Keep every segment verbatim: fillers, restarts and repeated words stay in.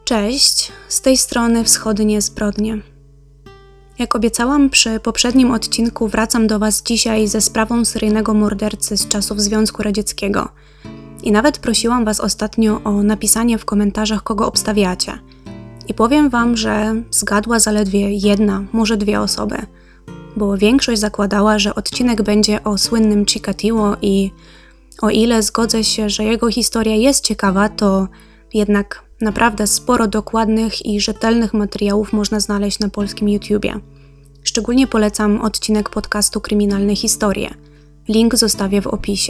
Cześć, z tej strony Wschodnie Zbrodnie. Jak obiecałam przy poprzednim odcinku, wracam do Was dzisiaj ze sprawą seryjnego mordercy z czasów Związku Radzieckiego. I nawet prosiłam Was ostatnio o napisanie w komentarzach, kogo obstawiacie. I powiem Wam, że zgadła zaledwie jedna, może dwie osoby. Bo większość zakładała, że odcinek będzie o słynnym Chikatilo i o ile zgodzę się, że jego historia jest ciekawa, to jednak naprawdę sporo dokładnych i rzetelnych materiałów można znaleźć na polskim YouTubie. Szczególnie polecam odcinek podcastu Kryminalne Historie. Link zostawię w opisie.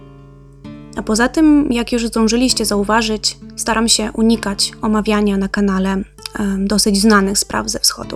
A poza tym, jak już zdążyliście zauważyć, staram się unikać omawiania na kanale e, dosyć znanych spraw ze wschodu.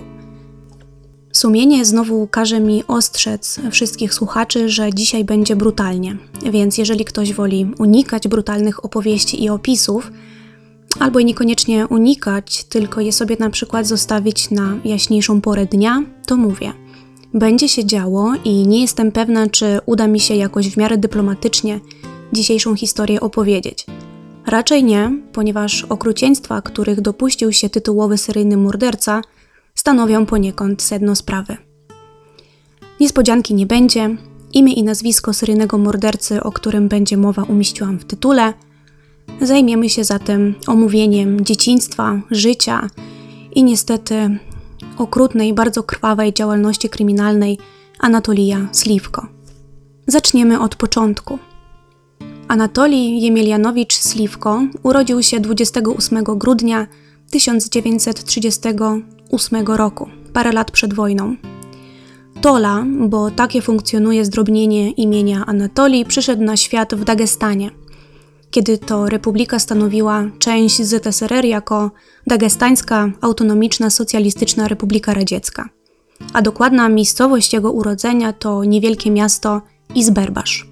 Sumienie znowu każe mi ostrzec wszystkich słuchaczy, że dzisiaj będzie brutalnie, więc jeżeli ktoś woli unikać brutalnych opowieści i opisów, albo i niekoniecznie unikać, tylko je sobie na przykład zostawić na jaśniejszą porę dnia, to mówię. Będzie się działo i nie jestem pewna, czy uda mi się jakoś w miarę dyplomatycznie dzisiejszą historię opowiedzieć. Raczej nie, ponieważ okrucieństwa, których dopuścił się tytułowy seryjny morderca, stanowią poniekąd sedno sprawy. Niespodzianki nie będzie, imię i nazwisko seryjnego mordercy, o którym będzie mowa, umieściłam w tytule. Zajmiemy się zatem omówieniem dzieciństwa, życia i niestety okrutnej, bardzo krwawej działalności kryminalnej Anatolija Slivko. Zaczniemy od początku. Anatolij Jemelianowicz Slivko urodził się dwudziestego ósmego grudnia tysiąc dziewięćset trzydziestego ósmego roku, parę lat przed wojną. Tola, bo takie funkcjonuje zdrobnienie imienia Anatolij, przyszedł na świat w Dagestanie, kiedy to republika stanowiła część Z S R R jako Dagestańska Autonomiczna Socjalistyczna Republika Radziecka, a dokładna miejscowość jego urodzenia to niewielkie miasto Izberbasz.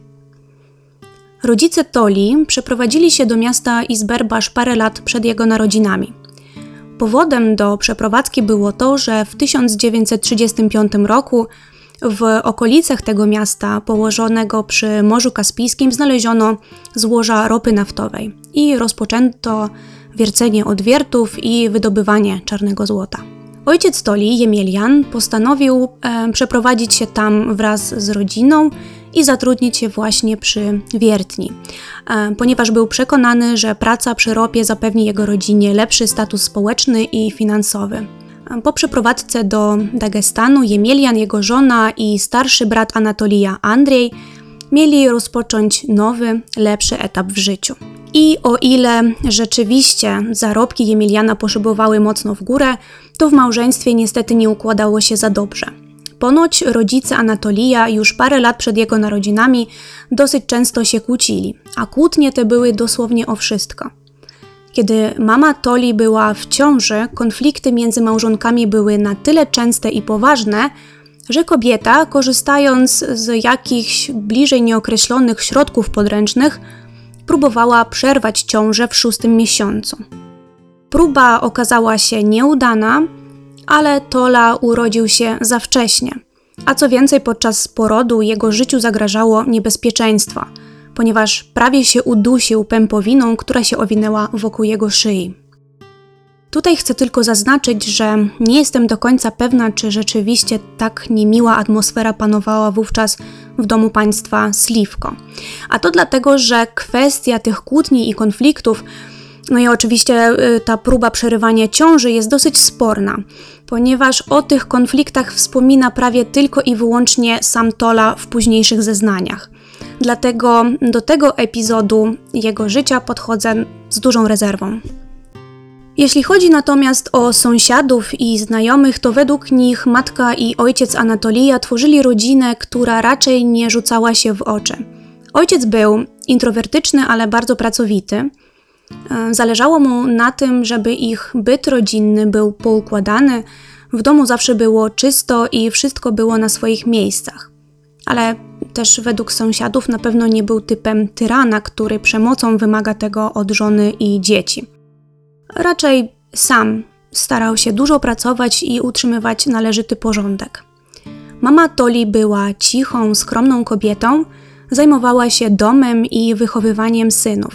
Rodzice Toli przeprowadzili się do miasta Izberbasz parę lat przed jego narodzinami. Powodem do przeprowadzki było to, że w tysiąc dziewięćset trzydziestym piątym roku w okolicach tego miasta, położonego przy Morzu Kaspijskim, znaleziono złoża ropy naftowej i rozpoczęto wiercenie odwiertów i wydobywanie czarnego złota. Ojciec Toli, Jemelian, postanowił e, przeprowadzić się tam wraz z rodziną i zatrudnić się właśnie przy wiertni, e, ponieważ był przekonany, że praca przy ropie zapewni jego rodzinie lepszy status społeczny i finansowy. Po przeprowadzce do Dagestanu Jemelian, jego żona i starszy brat Anatolija, Andrzej, mieli rozpocząć nowy, lepszy etap w życiu. I o ile rzeczywiście zarobki Jemeliana poszybowały mocno w górę, to w małżeństwie niestety nie układało się za dobrze. Ponoć rodzice Anatolija już parę lat przed jego narodzinami dosyć często się kłócili, a kłótnie te były dosłownie o wszystko. Kiedy mama Toli była w ciąży, konflikty między małżonkami były na tyle częste i poważne, że kobieta, korzystając z jakichś bliżej nieokreślonych środków podręcznych, próbowała przerwać ciążę w szóstym miesiącu. Próba okazała się nieudana, ale Tola urodził się za wcześnie, a co więcej, podczas porodu jego życiu zagrażało niebezpieczeństwo, ponieważ prawie się udusił pępowiną, która się owinęła wokół jego szyi. Tutaj chcę tylko zaznaczyć, że nie jestem do końca pewna, czy rzeczywiście tak niemiła atmosfera panowała wówczas w domu państwa Slivko. A to dlatego, że kwestia tych kłótni i konfliktów, no i oczywiście ta próba przerywania ciąży jest dosyć sporna, ponieważ o tych konfliktach wspomina prawie tylko i wyłącznie sam Tola w późniejszych zeznaniach. Dlatego do tego epizodu jego życia podchodzę z dużą rezerwą. Jeśli chodzi natomiast o sąsiadów i znajomych, to według nich matka i ojciec Anatolija tworzyli rodzinę, która raczej nie rzucała się w oczy. Ojciec był introwertyczny, ale bardzo pracowity. Zależało mu na tym, żeby ich byt rodzinny był poukładany, w domu zawsze było czysto i wszystko było na swoich miejscach. Ale też według sąsiadów na pewno nie był typem tyrana, który przemocą wymaga tego od żony i dzieci. Raczej sam starał się dużo pracować i utrzymywać należyty porządek. Mama Toli była cichą, skromną kobietą, zajmowała się domem i wychowywaniem synów,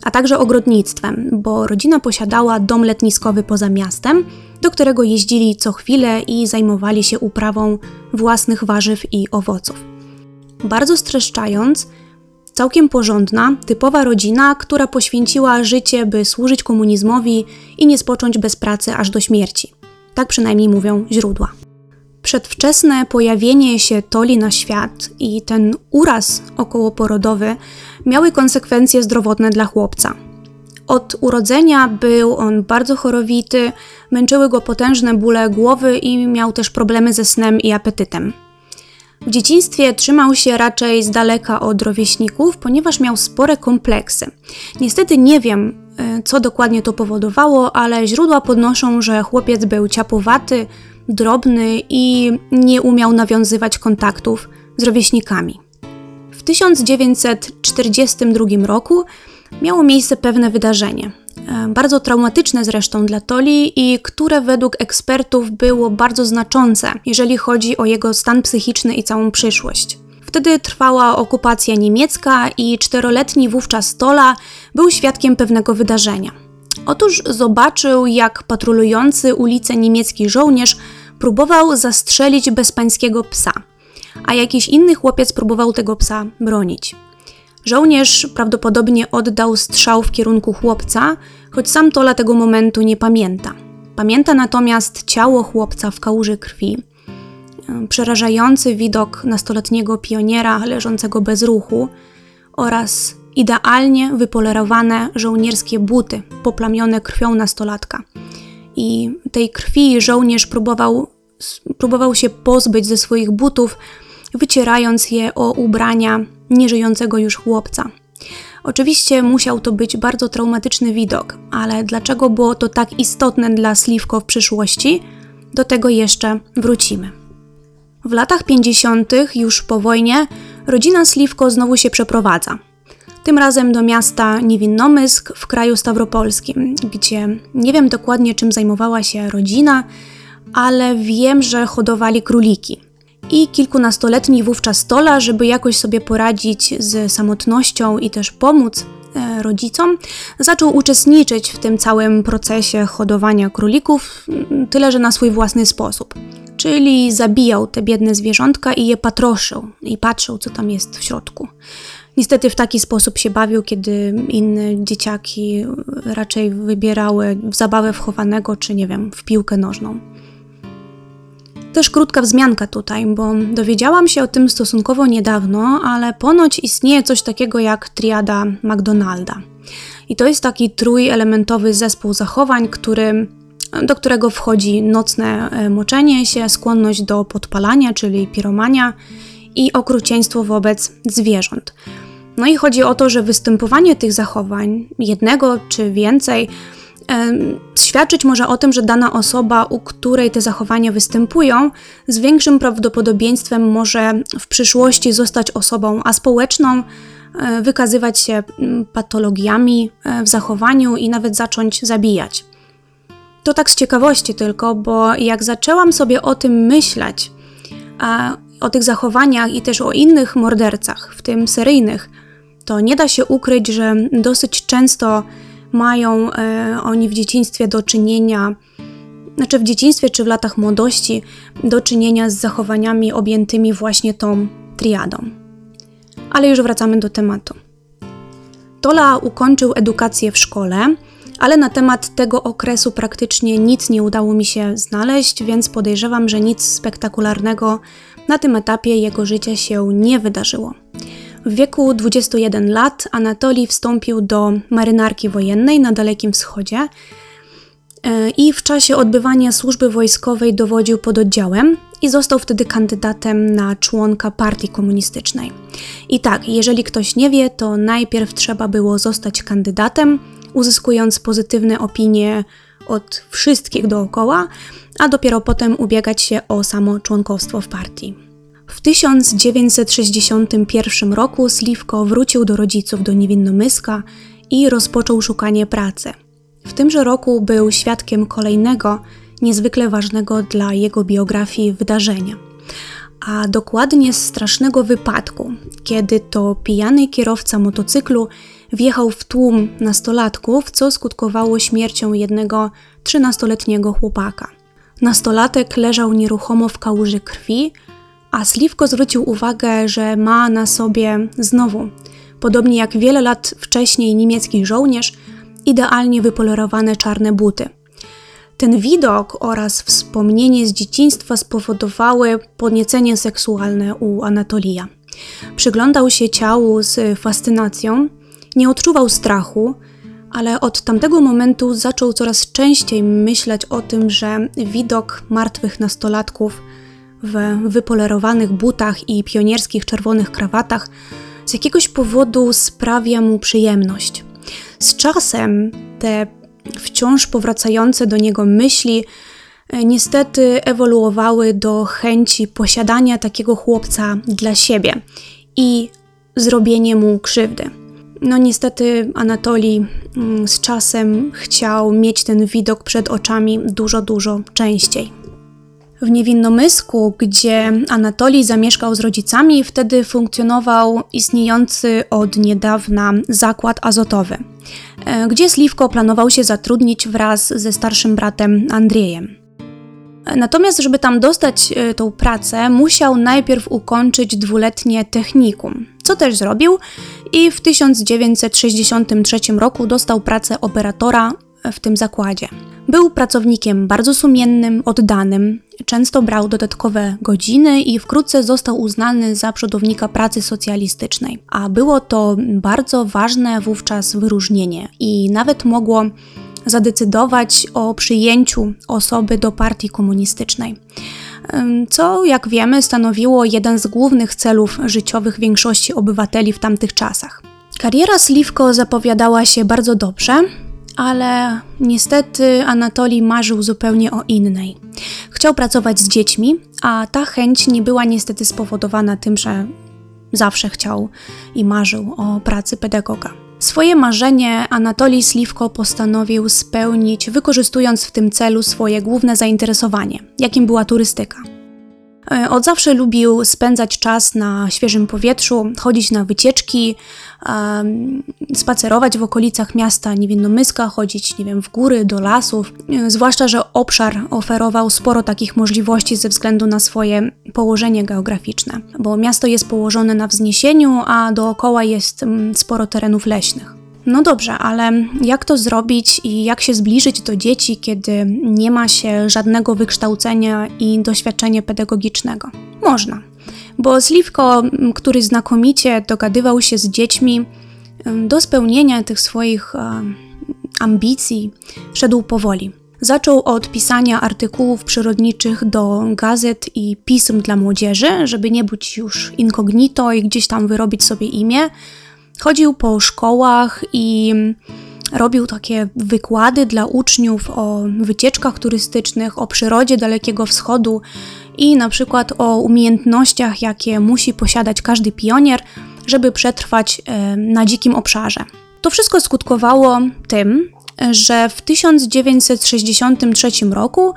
a także ogrodnictwem, bo rodzina posiadała dom letniskowy poza miastem, do którego jeździli co chwilę i zajmowali się uprawą własnych warzyw i owoców. Bardzo streszczając, całkiem porządna, typowa rodzina, która poświęciła życie, by służyć komunizmowi i nie spocząć bez pracy aż do śmierci. Tak przynajmniej mówią źródła. Przedwczesne pojawienie się Toli na świat i ten uraz okołoporodowy miały konsekwencje zdrowotne dla chłopca. Od urodzenia był on bardzo chorowity, męczyły go potężne bóle głowy i miał też problemy ze snem i apetytem. W dzieciństwie trzymał się raczej z daleka od rówieśników, ponieważ miał spore kompleksy. Niestety nie wiem, co dokładnie to powodowało, ale źródła podnoszą, że chłopiec był ciapowaty, drobny i nie umiał nawiązywać kontaktów z rówieśnikami. W tysiąc dziewięćset czterdziestym drugim roku miało miejsce pewne wydarzenie, bardzo traumatyczne zresztą dla Toli i które według ekspertów było bardzo znaczące, jeżeli chodzi o jego stan psychiczny i całą przyszłość. Wtedy trwała okupacja niemiecka i czteroletni wówczas Tola był świadkiem pewnego wydarzenia. Otóż zobaczył, jak patrolujący ulicę niemiecki żołnierz próbował zastrzelić bezpańskiego psa, a jakiś inny chłopiec próbował tego psa bronić. Żołnierz prawdopodobnie oddał strzał w kierunku chłopca, choć sam Tola tego momentu nie pamięta. Pamięta natomiast ciało chłopca w kałuży krwi, przerażający widok nastoletniego pioniera leżącego bez ruchu oraz idealnie wypolerowane żołnierskie buty poplamione krwią nastolatka. I tej krwi żołnierz próbował, próbował się pozbyć ze swoich butów, wycierając je o ubrania nieżyjącego już chłopca. Oczywiście musiał to być bardzo traumatyczny widok, ale dlaczego było to tak istotne dla Slivko w przyszłości? Do tego jeszcze wrócimy. W latach pięćdziesiątych, już po wojnie, rodzina Slivko znowu się przeprowadza. Tym razem do miasta Niewinnomysk w kraju stawropolskim, gdzie nie wiem dokładnie czym zajmowała się rodzina, ale wiem, że hodowali króliki. I kilkunastoletni wówczas Tola, żeby jakoś sobie poradzić z samotnością i też pomóc e, rodzicom, zaczął uczestniczyć w tym całym procesie hodowania królików, tyle że na swój własny sposób. Czyli zabijał te biedne zwierzątka i je patroszył i patrzył, co tam jest w środku. Niestety w taki sposób się bawił, kiedy inne dzieciaki raczej wybierały w zabawę w chowanego, czy nie wiem, w piłkę nożną. Też krótka wzmianka tutaj, bo dowiedziałam się o tym stosunkowo niedawno, ale ponoć istnieje coś takiego jak triada McDonalda. I to jest taki trójelementowy zespół zachowań, który, do którego wchodzi nocne moczenie się, skłonność do podpalania, czyli piromania i okrucieństwo wobec zwierząt. No i chodzi o to, że występowanie tych zachowań, jednego czy więcej, świadczyć może o tym, że dana osoba, u której te zachowania występują, z większym prawdopodobieństwem może w przyszłości zostać osobą aspołeczną, wykazywać się patologiami w zachowaniu i nawet zacząć zabijać. To tak z ciekawości tylko, bo jak zaczęłam sobie o tym myśleć, o tych zachowaniach i też o innych mordercach, w tym seryjnych, to nie da się ukryć, że dosyć często mają e, oni w dzieciństwie do czynienia, znaczy w dzieciństwie czy w latach młodości, do czynienia z zachowaniami objętymi właśnie tą triadą. Ale już wracamy do tematu. Tola ukończył edukację w szkole, ale na temat tego okresu praktycznie nic nie udało mi się znaleźć, więc podejrzewam, że nic spektakularnego na tym etapie jego życia się nie wydarzyło. W wieku dwudziestu jeden lat Anatolij wstąpił do marynarki wojennej na Dalekim Wschodzie i w czasie odbywania służby wojskowej dowodził pododdziałem i został wtedy kandydatem na członka partii komunistycznej. I tak, jeżeli ktoś nie wie, to najpierw trzeba było zostać kandydatem, uzyskując pozytywne opinie od wszystkich dookoła, a dopiero potem ubiegać się o samo członkostwo w partii. W tysiąc dziewięćset sześćdziesiątym pierwszym roku Slivko wrócił do rodziców do Niewinnomyska i rozpoczął szukanie pracy. W tymże roku był świadkiem kolejnego, niezwykle ważnego dla jego biografii wydarzenia, a dokładnie strasznego wypadku, kiedy to pijany kierowca motocyklu wjechał w tłum nastolatków, co skutkowało śmiercią jednego trzynastoletniego chłopaka. Nastolatek leżał nieruchomo w kałuży krwi, a Śliwko zwrócił uwagę, że ma na sobie znowu, podobnie jak wiele lat wcześniej niemiecki żołnierz, idealnie wypolerowane czarne buty. Ten widok oraz wspomnienie z dzieciństwa spowodowały podniecenie seksualne u Anatolija. Przyglądał się ciału z fascynacją, nie odczuwał strachu, ale od tamtego momentu zaczął coraz częściej myśleć o tym, że widok martwych nastolatków w wypolerowanych butach i pionierskich czerwonych krawatach z jakiegoś powodu sprawia mu przyjemność. Z czasem te wciąż powracające do niego myśli niestety ewoluowały do chęci posiadania takiego chłopca dla siebie i zrobienie mu krzywdy. No niestety Anatolij z czasem chciał mieć ten widok przed oczami dużo, dużo częściej. W Niewinnomysku, gdzie Anatolij zamieszkał z rodzicami, wtedy funkcjonował istniejący od niedawna zakład azotowy, gdzie Śliwko planował się zatrudnić wraz ze starszym bratem Andrzejem. Natomiast, żeby tam dostać tą pracę, musiał najpierw ukończyć dwuletnie technikum, co też zrobił i w tysiąc dziewięćset sześćdziesiątym trzecim roku dostał pracę operatora w tym zakładzie. Był pracownikiem bardzo sumiennym, oddanym, często brał dodatkowe godziny i wkrótce został uznany za przodownika pracy socjalistycznej. A było to bardzo ważne wówczas wyróżnienie i nawet mogło zadecydować o przyjęciu osoby do partii komunistycznej, co, jak wiemy, stanowiło jeden z głównych celów życiowych większości obywateli w tamtych czasach. Kariera Śliwko zapowiadała się bardzo dobrze, ale niestety Anatolij marzył zupełnie o innej. Chciał pracować z dziećmi, a ta chęć nie była niestety spowodowana tym, że zawsze chciał i marzył o pracy pedagoga. Swoje marzenie Anatolij Śliwko postanowił spełnić, wykorzystując w tym celu swoje główne zainteresowanie, jakim była turystyka. Od zawsze lubił spędzać czas na świeżym powietrzu, chodzić na wycieczki, um, spacerować w okolicach miasta Niewinnomyska, chodzić, nie wiem, w góry, do lasów. Zwłaszcza, że obszar oferował sporo takich możliwości ze względu na swoje położenie geograficzne, bo miasto jest położone na wzniesieniu, a dookoła jest um, sporo terenów leśnych. No dobrze, ale jak to zrobić i jak się zbliżyć do dzieci, kiedy nie ma się żadnego wykształcenia i doświadczenia pedagogicznego? Można, bo Śliwko, który znakomicie dogadywał się z dziećmi, do spełnienia tych swoich e, ambicji szedł powoli. Zaczął od pisania artykułów przyrodniczych do gazet i pism dla młodzieży, żeby nie być już incognito i gdzieś tam wyrobić sobie imię. Chodził po szkołach i robił takie wykłady dla uczniów o wycieczkach turystycznych, o przyrodzie Dalekiego Wschodu i na przykład o umiejętnościach, jakie musi posiadać każdy pionier, żeby przetrwać na dzikim obszarze. To wszystko skutkowało tym, że w tysiąc dziewięćset sześćdziesiątym trzecim roku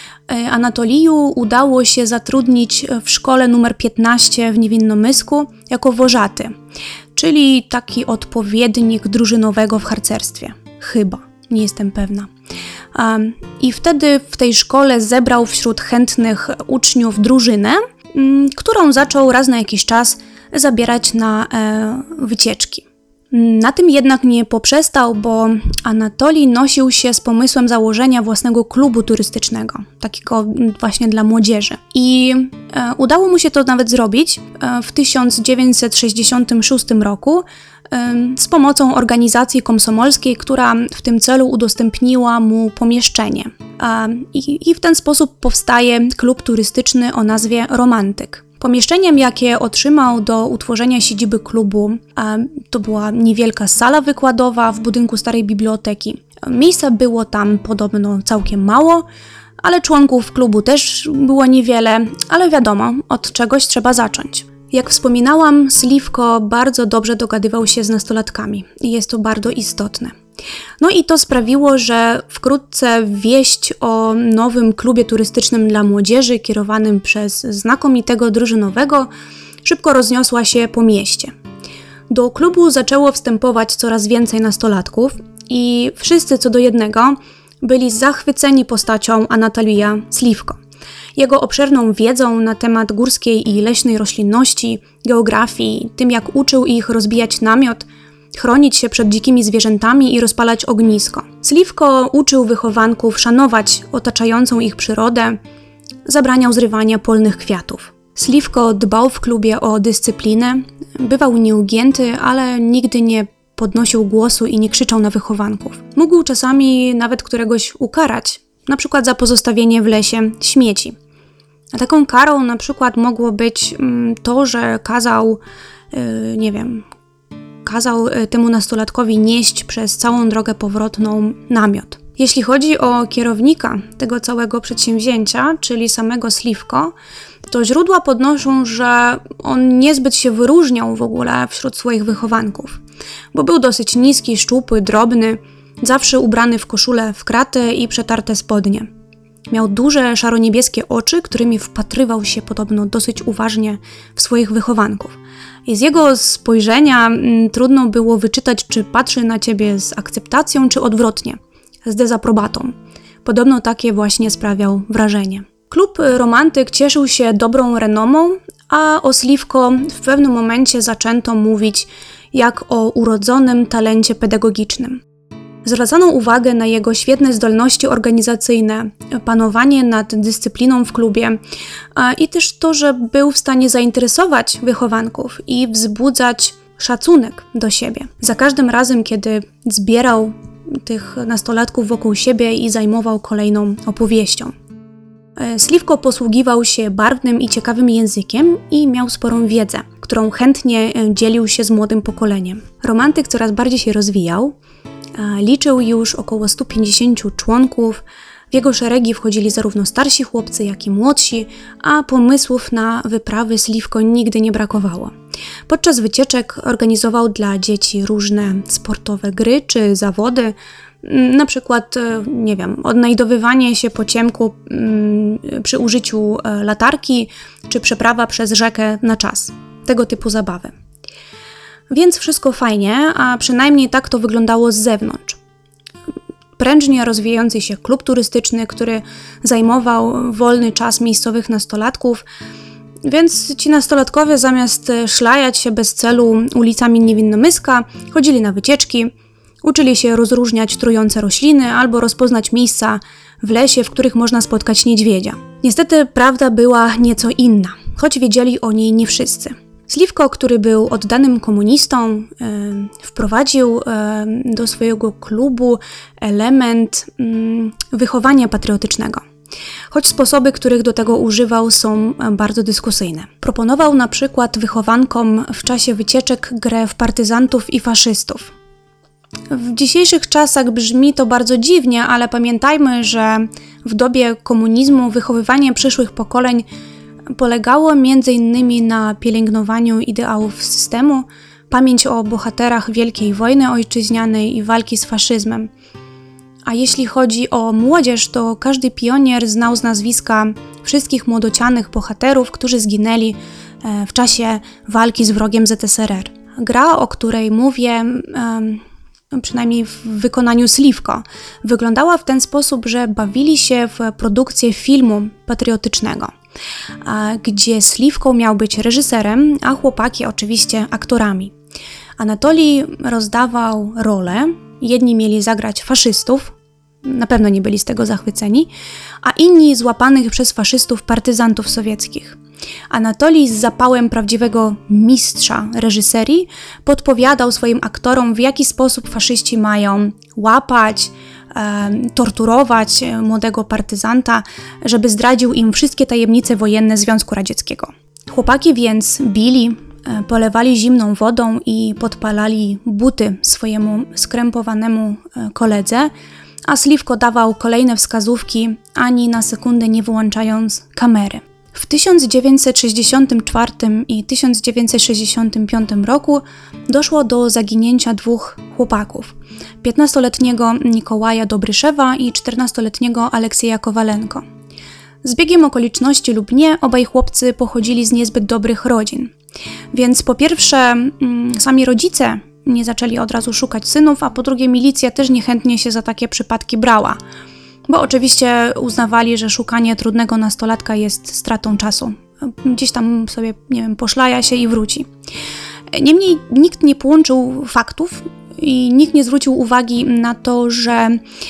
Anatoliju udało się zatrudnić w szkole numer piętnaście w Niewinnomysku jako wożaty, czyli taki odpowiednik drużynowego w harcerstwie. Chyba, nie jestem pewna. Um, I wtedy w tej szkole zebrał wśród chętnych uczniów drużynę, m, którą zaczął raz na jakiś czas zabierać na e, wycieczki. Na tym jednak nie poprzestał, bo Anatolij nosił się z pomysłem założenia własnego klubu turystycznego, takiego właśnie dla młodzieży. I e, udało mu się to nawet zrobić e, w tysiąc dziewięćset sześćdziesiątym szóstym roku e, z pomocą organizacji komsomolskiej, która w tym celu udostępniła mu pomieszczenie. E, i, I w ten sposób powstaje klub turystyczny o nazwie Romantyk. Pomieszczeniem, jakie otrzymał do utworzenia siedziby klubu, to była niewielka sala wykładowa w budynku starej biblioteki. Miejsca było tam podobno całkiem mało, ale członków klubu też było niewiele, ale wiadomo, od czegoś trzeba zacząć. Jak wspominałam, Śliwko bardzo dobrze dogadywał się z nastolatkami i jest to bardzo istotne. No i to sprawiło, że wkrótce wieść o nowym klubie turystycznym dla młodzieży kierowanym przez znakomitego drużynowego szybko rozniosła się po mieście. Do klubu zaczęło wstępować coraz więcej nastolatków i wszyscy co do jednego byli zachwyceni postacią Anatolija Slivko. Jego obszerną wiedzą na temat górskiej i leśnej roślinności, geografii, tym jak uczył ich rozbijać namiot, chronić się przed dzikimi zwierzętami i rozpalać ognisko. Slivko uczył wychowanków szanować otaczającą ich przyrodę, zabraniał zrywania polnych kwiatów. Slivko dbał w klubie o dyscyplinę, bywał nieugięty, ale nigdy nie podnosił głosu i nie krzyczał na wychowanków. Mógł czasami nawet któregoś ukarać, na przykład za pozostawienie w lesie śmieci. A taką karą na przykład mogło być to, że kazał, yy, nie wiem, kazał temu nastolatkowi nieść przez całą drogę powrotną namiot. Jeśli chodzi o kierownika tego całego przedsięwzięcia, czyli samego Slivko, to źródła podnoszą, że on niezbyt się wyróżniał w ogóle wśród swoich wychowanków, bo był dosyć niski, szczupły, drobny, zawsze ubrany w koszulę w kratę i przetarte spodnie. Miał duże, szaroniebieskie oczy, którymi wpatrywał się podobno dosyć uważnie w swoich wychowanków. I z jego spojrzenia m, trudno było wyczytać, czy patrzy na ciebie z akceptacją, czy odwrotnie, z dezaprobatą. Podobno takie właśnie sprawiał wrażenie. Klub Romantyk cieszył się dobrą renomą, a o Slivko w pewnym momencie zaczęto mówić jak o urodzonym talencie pedagogicznym. Zwracano uwagę na jego świetne zdolności organizacyjne, panowanie nad dyscypliną w klubie i też to, że był w stanie zainteresować wychowanków i wzbudzać szacunek do siebie. Za każdym razem, kiedy zbierał tych nastolatków wokół siebie i zajmował kolejną opowieścią. Slivko posługiwał się barwnym i ciekawym językiem i miał sporą wiedzę, którą chętnie dzielił się z młodym pokoleniem. Romantyk coraz bardziej się rozwijał, liczył już około stu pięćdziesięciu członków, w jego szeregi wchodzili zarówno starsi chłopcy, jak i młodsi, a pomysłów na wyprawy Slivko nigdy nie brakowało. Podczas wycieczek organizował dla dzieci różne sportowe gry czy zawody, na przykład, nie wiem, odnajdowywanie się po ciemku przy użyciu latarki, czy przeprawa przez rzekę na czas. Tego typu zabawy. Więc wszystko fajnie, a przynajmniej tak to wyglądało z zewnątrz. Prężnie rozwijający się klub turystyczny, który zajmował wolny czas miejscowych nastolatków, więc ci nastolatkowie zamiast szlajać się bez celu ulicami Niewinnomyska, chodzili na wycieczki, uczyli się rozróżniać trujące rośliny albo rozpoznać miejsca w lesie, w których można spotkać niedźwiedzia. Niestety prawda była nieco inna, choć wiedzieli o niej nie wszyscy. Slivko, który był oddanym komunistą, wprowadził do swojego klubu element wychowania patriotycznego. Choć sposoby, których do tego używał, są bardzo dyskusyjne. Proponował na przykład wychowankom w czasie wycieczek grę w partyzantów i faszystów. W dzisiejszych czasach brzmi to bardzo dziwnie, ale pamiętajmy, że w dobie komunizmu wychowywanie przyszłych pokoleń polegało między innymi na pielęgnowaniu ideałów systemu, pamięć o bohaterach Wielkiej Wojny Ojczyźnianej i walki z faszyzmem. A jeśli chodzi o młodzież, to każdy pionier znał z nazwiska wszystkich młodocianych bohaterów, którzy zginęli w czasie walki z wrogiem Z S R R. Gra, o której mówię, przynajmniej w wykonaniu Slivko, wyglądała w ten sposób, że bawili się w produkcję filmu patriotycznego, gdzie Slivko miał być reżyserem, a chłopaki oczywiście aktorami. Anatolij rozdawał role, jedni mieli zagrać faszystów, na pewno nie byli z tego zachwyceni, a inni złapanych przez faszystów partyzantów sowieckich. Anatolij z zapałem prawdziwego mistrza reżyserii podpowiadał swoim aktorom, w jaki sposób faszyści mają łapać, e, torturować młodego partyzanta, żeby zdradził im wszystkie tajemnice wojenne Związku Radzieckiego. Chłopaki więc bili, e, polewali zimną wodą i podpalali buty swojemu skrępowanemu e, koledze, a Slivko dawał kolejne wskazówki, ani na sekundę nie wyłączając kamery. W tysiąc dziewięćset sześćdziesiątym czwartym i tysiąc dziewięćset sześćdziesiątym piątym roku doszło do zaginięcia dwóch chłopaków. piętnastoletniego Nikołaja Dobryszewa i czternastoletniego Aleksieja Kowalenko. Z biegiem okoliczności lub nie, obaj chłopcy pochodzili z niezbyt dobrych rodzin. Więc po pierwsze sami rodzice nie zaczęli od razu szukać synów, a po drugie milicja też niechętnie się za takie przypadki brała, bo oczywiście uznawali, że szukanie trudnego nastolatka jest stratą czasu. Gdzieś tam sobie, nie wiem, poszlaja się i wróci. Niemniej nikt nie połączył faktów i nikt nie zwrócił uwagi na to, że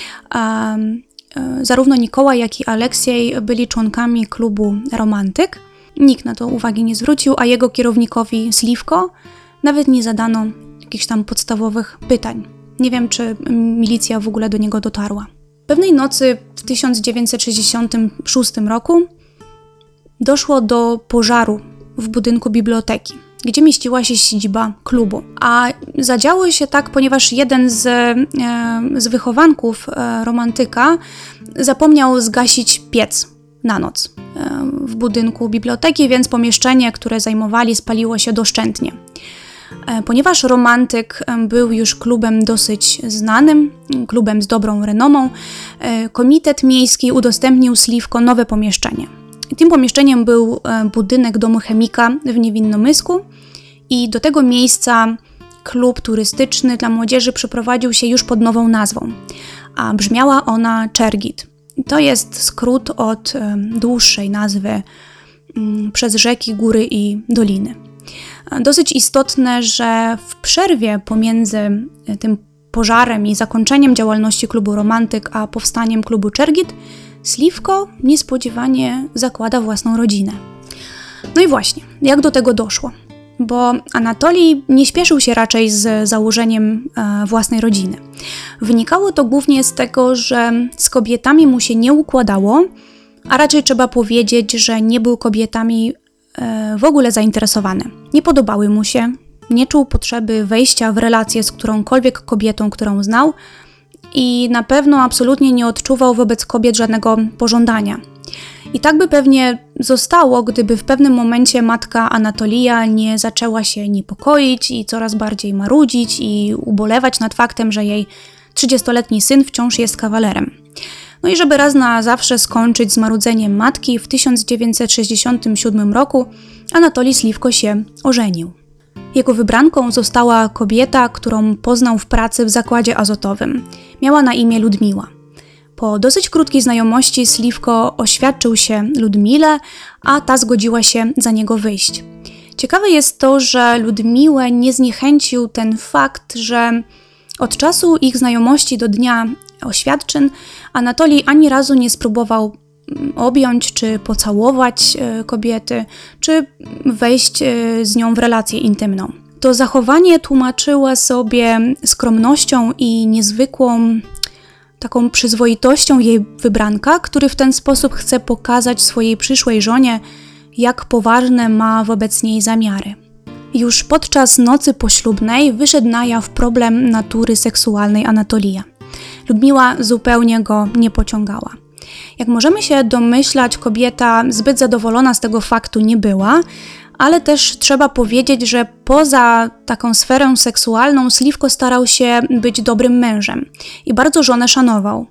um, zarówno Nikołaj, jak i Aleksiej byli członkami klubu Romantyk. Nikt na to uwagi nie zwrócił, a jego kierownikowi Sliwko nawet nie zadano jakichś tam podstawowych pytań. Nie wiem, czy milicja w ogóle do niego dotarła. Pewnej nocy w tysiąc dziewięćset sześćdziesiątym szóstym roku doszło do pożaru w budynku biblioteki, gdzie mieściła się siedziba klubu. A zadziało się tak, ponieważ jeden z, e, z wychowanków e, Romantyka zapomniał zgasić piec na noc e, w budynku biblioteki, więc pomieszczenie, które zajmowali, spaliło się doszczętnie. E, ponieważ Romantyk był już klubem dosyć znanym, klubem z dobrą renomą, e, komitet miejski udostępnił Sliwko nowe pomieszczenie. Tym pomieszczeniem był budynek domu chemika w Niewinnomysku i do tego miejsca klub turystyczny dla młodzieży przeprowadził się już pod nową nazwą, a brzmiała ona Czergit. To jest skrót od dłuższej nazwy przez rzeki, góry i doliny. Dosyć istotne, że w przerwie pomiędzy tym pożarem i zakończeniem działalności klubu Romantyk a powstaniem klubu Czergit Sliwko niespodziewanie zakłada własną rodzinę. No i właśnie, jak do tego doszło? Bo Anatolij nie śpieszył się raczej z założeniem e, własnej rodziny. Wynikało to głównie z tego, że z kobietami mu się nie układało, a raczej trzeba powiedzieć, że nie był kobietami e, w ogóle zainteresowany. Nie podobały mu się, nie czuł potrzeby wejścia w relację z którąkolwiek kobietą, którą znał, i na pewno absolutnie nie odczuwał wobec kobiet żadnego pożądania. I tak by pewnie zostało, gdyby w pewnym momencie matka Anatolija nie zaczęła się niepokoić i coraz bardziej marudzić i ubolewać nad faktem, że jej trzydziestoletni syn wciąż jest kawalerem. No i żeby raz na zawsze skończyć z marudzeniem matki, w tysiąc dziewięćset sześćdziesiątym siódmym roku Anatolij Sliwko się ożenił. Jego wybranką została kobieta, którą poznał w pracy w zakładzie azotowym. Miała na imię Ludmiła. Po dosyć krótkiej znajomości Sliwko oświadczył się Ludmile, a ta zgodziła się za niego wyjść. Ciekawe jest to, że Ludmiłę nie zniechęcił ten fakt, że od czasu ich znajomości do dnia oświadczyn Anatolij ani razu nie spróbował objąć czy pocałować kobiety, czy wejść z nią w relację intymną. To zachowanie tłumaczyła sobie skromnością i niezwykłą taką przyzwoitością jej wybranka, który w ten sposób chce pokazać swojej przyszłej żonie, jak poważne ma wobec niej zamiary. Już podczas nocy poślubnej wyszedł na jaw problem natury seksualnej Anatolija. Ludmiła zupełnie go nie pociągała. Jak możemy się domyślać, kobieta zbyt zadowolona z tego faktu nie była, ale też trzeba powiedzieć, że poza taką sferą seksualną Sliwko starał się być dobrym mężem i bardzo żonę szanował.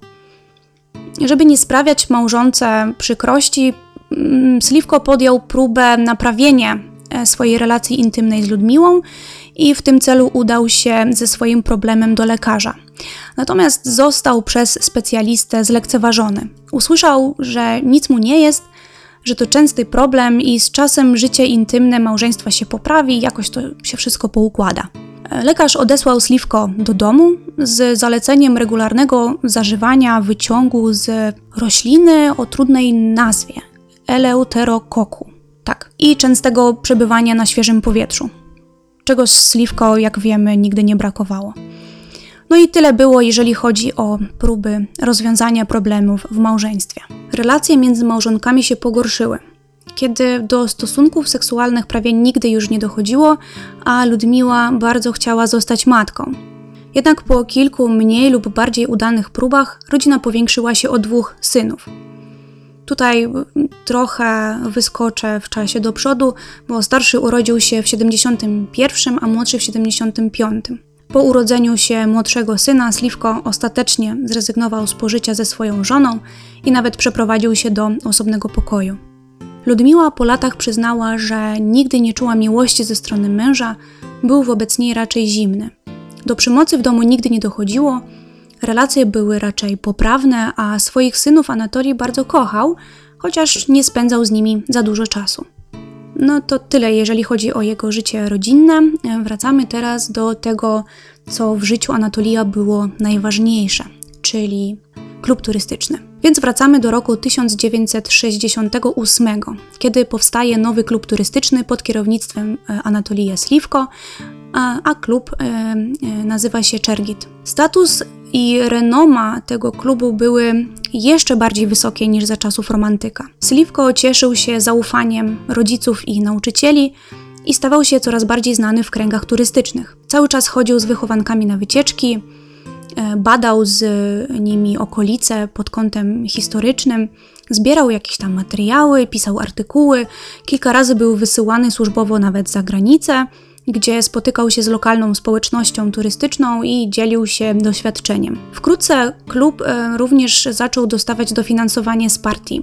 Żeby nie sprawiać małżonce przykrości, Sliwko podjął próbę naprawienia swojej relacji intymnej z Ludmiłą i w tym celu udał się ze swoim problemem do lekarza. Natomiast został przez specjalistę zlekceważony. Usłyszał, że nic mu nie jest, że to częsty problem i z czasem życie intymne małżeństwa się poprawi i jakoś to się wszystko poukłada. Lekarz odesłał Sliwko do domu z zaleceniem regularnego zażywania wyciągu z rośliny o trudnej nazwie Eleuterokoku. Tak, i częstego przebywania na świeżym powietrzu, czego Sliwko, jak wiemy, nigdy nie brakowało. No i tyle było, jeżeli chodzi o próby rozwiązania problemów w małżeństwie. Relacje między małżonkami się pogorszyły, kiedy do stosunków seksualnych prawie nigdy już nie dochodziło, a Ludmiła bardzo chciała zostać matką. Jednak po kilku mniej lub bardziej udanych próbach rodzina powiększyła się o dwóch synów. Tutaj trochę wyskoczę w czasie do przodu, bo starszy urodził się w siedemdziesiątym pierwszym, a młodszy w siedemdziesiątym piątym. Po urodzeniu się młodszego syna Sliwko ostatecznie zrezygnował z pożycia ze swoją żoną i nawet przeprowadził się do osobnego pokoju. Ludmiła po latach przyznała, że nigdy nie czuła miłości ze strony męża, był wobec niej raczej zimny. Do przemocy w domu nigdy nie dochodziło, relacje były raczej poprawne, a swoich synów Anatolij bardzo kochał, chociaż nie spędzał z nimi za dużo czasu. No to tyle, jeżeli chodzi o jego życie rodzinne. Wracamy teraz do tego, co w życiu Anatolija było najważniejsze, czyli klub turystyczny. Więc wracamy do roku tysiąc dziewięćset sześćdziesiątego ósmego, kiedy powstaje nowy klub turystyczny pod kierownictwem Anatolija Sliwko, a, a klub e, e, nazywa się Czergit. Status i renoma tego klubu były jeszcze bardziej wysokie niż za czasów romantyka. Sliwko cieszył się zaufaniem rodziców i nauczycieli i stawał się coraz bardziej znany w kręgach turystycznych. Cały czas chodził z wychowankami na wycieczki, badał z nimi okolice pod kątem historycznym, zbierał jakieś tam materiały, pisał artykuły, kilka razy był wysyłany służbowo nawet za granicę, gdzie spotykał się z lokalną społecznością turystyczną i dzielił się doświadczeniem. Wkrótce klub również zaczął dostawać dofinansowanie z partii,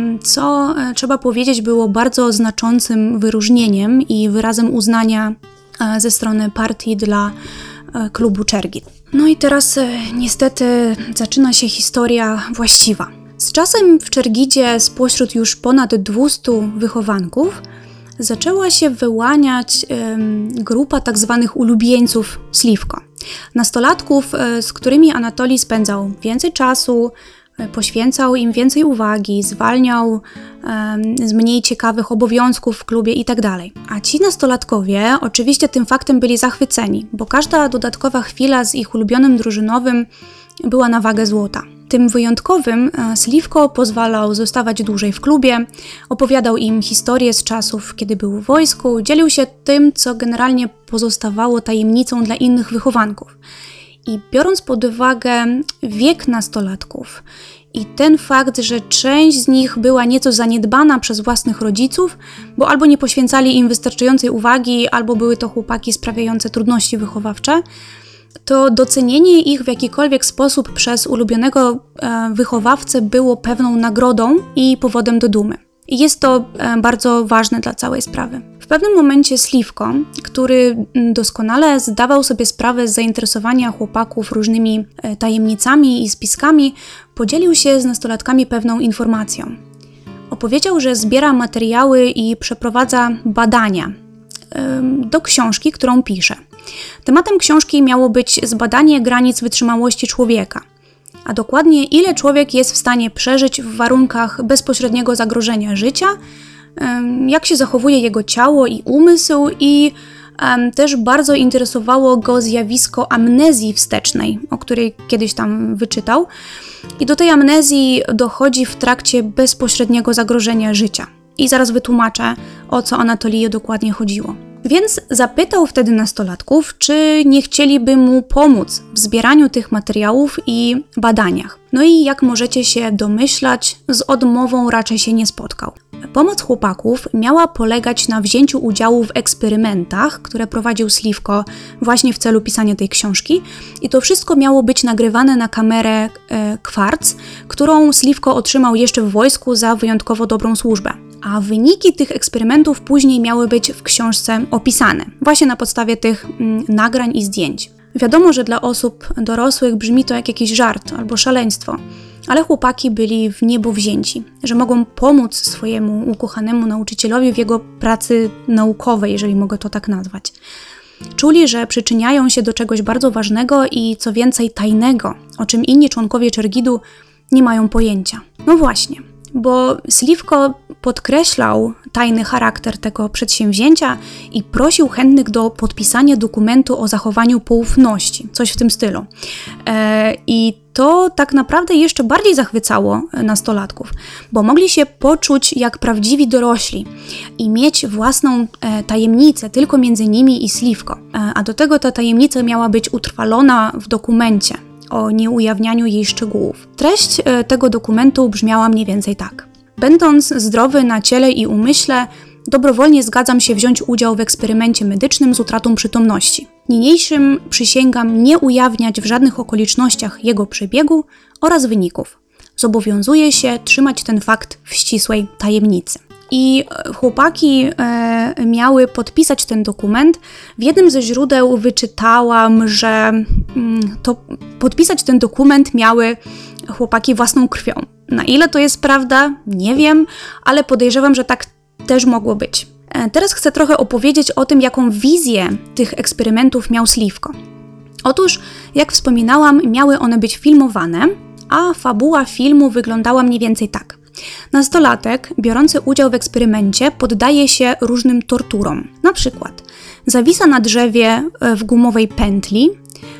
co trzeba powiedzieć było bardzo znaczącym wyróżnieniem i wyrazem uznania ze strony partii dla klubu Czergit. No i teraz niestety zaczyna się historia właściwa. Z czasem w Czergidzie spośród już ponad dwustu wychowanków zaczęła się wyłaniać ym, grupa tak zwanych ulubieńców Sliwko. Nastolatków, y, z którymi Anatolij spędzał więcej czasu, y, poświęcał im więcej uwagi, zwalniał y, z mniej ciekawych obowiązków w klubie itd. A ci nastolatkowie oczywiście tym faktem byli zachwyceni, bo każda dodatkowa chwila z ich ulubionym drużynowym była na wagę złota. Tym wyjątkowym Sliwko pozwalał zostawać dłużej w klubie, opowiadał im historię z czasów, kiedy był w wojsku, dzielił się tym, co generalnie pozostawało tajemnicą dla innych wychowanków. I biorąc pod uwagę wiek nastolatków i ten fakt, że część z nich była nieco zaniedbana przez własnych rodziców, bo albo nie poświęcali im wystarczającej uwagi, albo były to chłopaki sprawiające trudności wychowawcze, to docenienie ich w jakikolwiek sposób przez ulubionego e, wychowawcę było pewną nagrodą i powodem do dumy. I jest to e, bardzo ważne dla całej sprawy. W pewnym momencie Sliwko, który doskonale zdawał sobie sprawę z zainteresowania chłopaków różnymi e, tajemnicami i spiskami, podzielił się z nastolatkami pewną informacją. Opowiedział, że zbiera materiały i przeprowadza badania e, do książki, którą pisze. Tematem książki miało być zbadanie granic wytrzymałości człowieka, a dokładnie ile człowiek jest w stanie przeżyć w warunkach bezpośredniego zagrożenia życia, jak się zachowuje jego ciało i umysł i też bardzo interesowało go zjawisko amnezji wstecznej, o której kiedyś tam wyczytał. I do tej amnezji dochodzi w trakcie bezpośredniego zagrożenia życia. I zaraz wytłumaczę, o co Anatoliju dokładnie chodziło. Więc zapytał wtedy nastolatków, czy nie chcieliby mu pomóc w zbieraniu tych materiałów i badaniach. No i jak możecie się domyślać, z odmową raczej się nie spotkał. Pomoc chłopaków miała polegać na wzięciu udziału w eksperymentach, które prowadził Sliwko właśnie w celu pisania tej książki i to wszystko miało być nagrywane na kamerę e, kwarc, którą Sliwko otrzymał jeszcze w wojsku za wyjątkowo dobrą służbę. A wyniki tych eksperymentów później miały być w książce opisane, właśnie na podstawie tych mm, nagrań i zdjęć. Wiadomo, że dla osób dorosłych brzmi to jak jakiś żart albo szaleństwo, ale chłopaki byli w niebo wzięci, że mogą pomóc swojemu ukochanemu nauczycielowi w jego pracy naukowej, jeżeli mogę to tak nazwać. Czuli, że przyczyniają się do czegoś bardzo ważnego i co więcej tajnego, o czym inni członkowie Czergidu nie mają pojęcia. No właśnie, bo Sliwko podkreślał tajny charakter tego przedsięwzięcia i prosił chętnych do podpisania dokumentu o zachowaniu poufności, coś w tym stylu. E, I to tak naprawdę jeszcze bardziej zachwycało nastolatków, bo mogli się poczuć jak prawdziwi dorośli i mieć własną e, tajemnicę tylko między nimi i Sliwko. E, a do tego ta tajemnica miała być utrwalona w dokumencie o nieujawnianiu jej szczegółów. Treść e, tego dokumentu brzmiała mniej więcej tak. Będąc zdrowy na ciele i umyśle, dobrowolnie zgadzam się wziąć udział w eksperymencie medycznym z utratą przytomności. Niniejszym przysięgam nie ujawniać w żadnych okolicznościach jego przebiegu oraz wyników. Zobowiązuję się trzymać ten fakt w ścisłej tajemnicy. i chłopaki e, miały podpisać ten dokument. W jednym ze źródeł wyczytałam, że mm, to podpisać ten dokument miały chłopaki własną krwią. Na ile to jest prawda? Nie wiem, ale podejrzewam, że tak też mogło być. E, teraz chcę trochę opowiedzieć o tym, jaką wizję tych eksperymentów miał Śliwko. Otóż, jak wspominałam, miały one być filmowane, a fabuła filmu wyglądała mniej więcej tak. Nastolatek biorący udział w eksperymencie poddaje się różnym torturom. Na przykład zawisa na drzewie w gumowej pętli,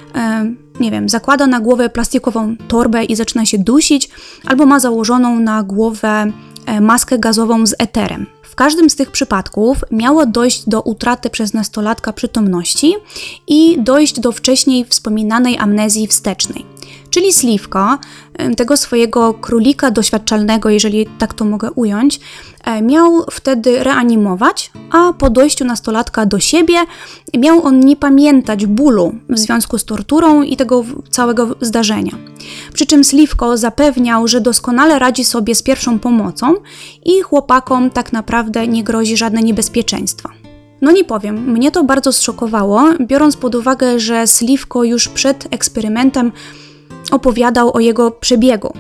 e, nie wiem, zakłada na głowę plastikową torbę i zaczyna się dusić, albo ma założoną na głowę maskę gazową z eterem. W każdym z tych przypadków miało dojść do utraty przez nastolatka przytomności i dojść do wcześniej wspominanej amnezji wstecznej. Czyli Śliwko, tego swojego królika doświadczalnego, jeżeli tak to mogę ująć, miał wtedy reanimować, a po dojściu nastolatka do siebie miał on nie pamiętać bólu w związku z torturą i tego całego zdarzenia. Przy czym Śliwko zapewniał, że doskonale radzi sobie z pierwszą pomocą i chłopakom tak naprawdę nie grozi żadne niebezpieczeństwo. No nie powiem, mnie to bardzo zszokowało, biorąc pod uwagę, że Śliwko już przed eksperymentem opowiadał o jego przebiegu.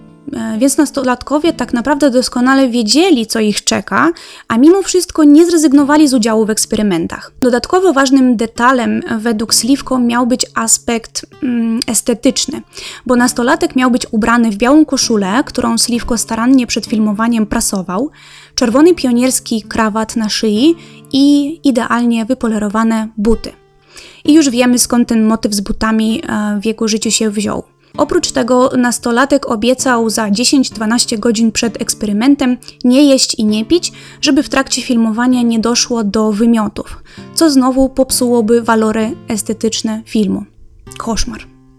Więc nastolatkowie tak naprawdę doskonale wiedzieli, co ich czeka, a mimo wszystko nie zrezygnowali z udziału w eksperymentach. Dodatkowo ważnym detalem według Śliwko miał być aspekt mm, estetyczny, bo nastolatek miał być ubrany w białą koszulę, którą Śliwko starannie przed filmowaniem prasował, czerwony pionierski krawat na szyi i idealnie wypolerowane buty. I już wiemy, skąd ten motyw z butami w jego życiu się wziął. Oprócz tego nastolatek obiecał za dziesięć do dwunastu godzin przed eksperymentem nie jeść i nie pić, żeby w trakcie filmowania nie doszło do wymiotów, co znowu popsułoby walory estetyczne filmu. Koszmar.